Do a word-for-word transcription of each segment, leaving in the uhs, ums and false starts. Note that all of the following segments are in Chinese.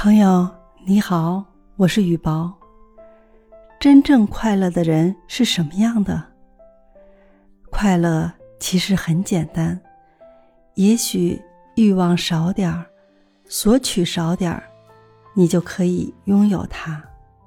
朋友你好，我是雨薄。真正快乐的人是什么样的？快乐其实很简单，也许欲望少点儿，索取少点儿，你就可以拥有它。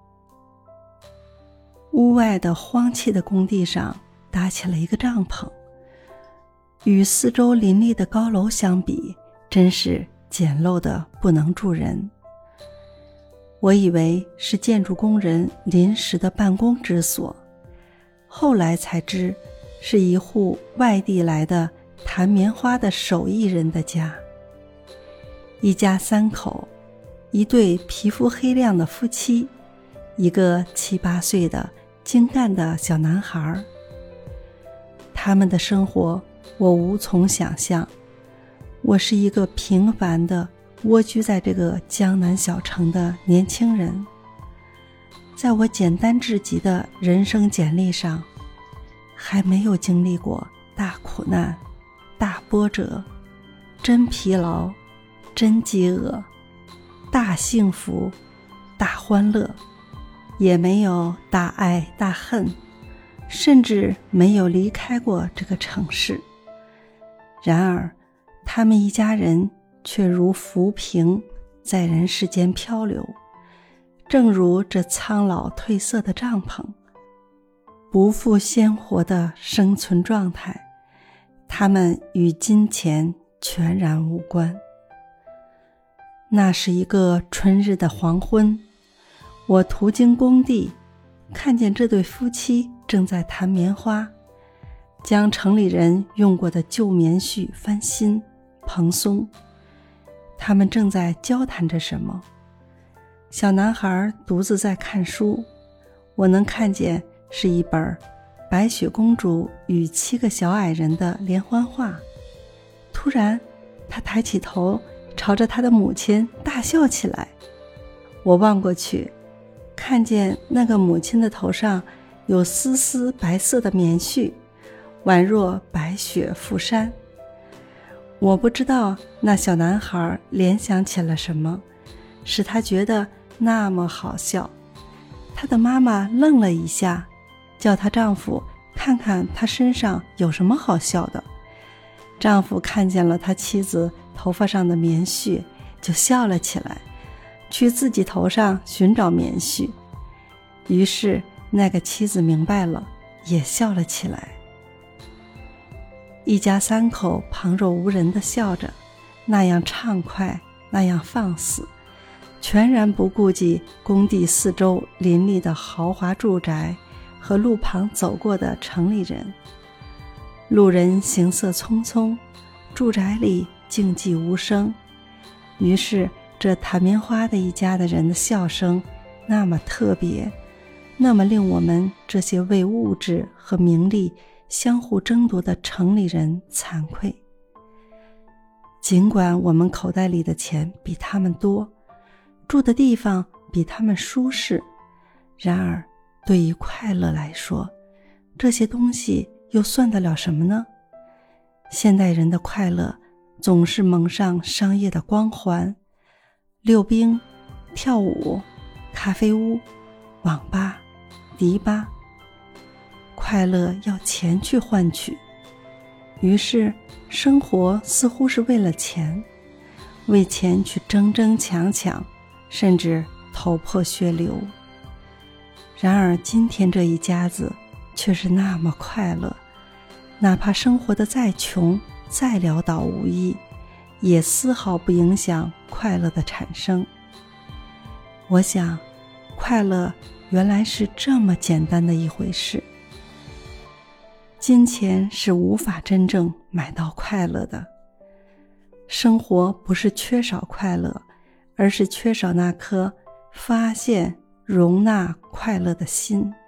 屋外的荒弃的工地上搭起了一个帐篷，与四周林立的高楼相比，真是简陋的不能住人。我以为是建筑工人临时的办公之所，后来才知是一户外地来的弹棉花的手艺人的家。一家三口，一对皮肤黑亮的夫妻，一个七八岁的精干的小男孩。他们的生活我无从想象，我是一个平凡的蜗居在这个江南小城的年轻人。在我简单至极的人生简历上，还没有经历过大苦难、大波折、真疲劳、真饥饿、大幸福、大欢乐，也没有大爱大恨，甚至没有离开过这个城市。然而他们一家人却如浮萍在人世间漂流，正如这苍老褪色的帐篷，不复鲜活的生存状态，他们与金钱全然无关。那是一个春日的黄昏，我途经工地，看见这对夫妻正在弹棉花，将城里人用过的旧棉絮翻新蓬松。他们正在交谈着什么，小男孩独自在看书，我能看见是一本白雪公主与七个小矮人的连环画。突然他抬起头，朝着他的母亲大笑起来。我望过去，看见那个母亲的头上有丝丝白色的棉絮，宛若白雪覆山。我不知道那小男孩联想起了什么，使他觉得那么好笑。他的妈妈愣了一下，叫她丈夫看看她身上有什么好笑的。丈夫看见了他妻子头发上的棉絮，就笑了起来，去自己头上寻找棉絮。于是那个妻子明白了，也笑了起来。一家三口旁若无人地笑着，那样畅快，那样放肆，全然不顾及工地四周林立的豪华住宅和路旁走过的城里人。路人行色匆匆，住宅里静寂无声。于是这弹棉花的一家的人的笑声那么特别，那么令我们这些为物质和名利相互争夺的城里人惭愧。尽管我们口袋里的钱比他们多，住的地方比他们舒适，然而对于快乐来说，这些东西又算得了什么呢？现代人的快乐总是蒙上商业的光环，溜冰、跳舞、咖啡屋、网吧、迪吧，快乐要钱去换取。于是生活似乎是为了钱，为钱去争争抢抢，甚至头破血流。然而今天这一家子却是那么快乐，哪怕生活的再穷再潦倒无益，也丝毫不影响快乐的产生。我想快乐原来是这么简单的一回事。金钱是无法真正买到快乐的。生活不是缺少快乐，而是缺少那颗发现容纳快乐的心。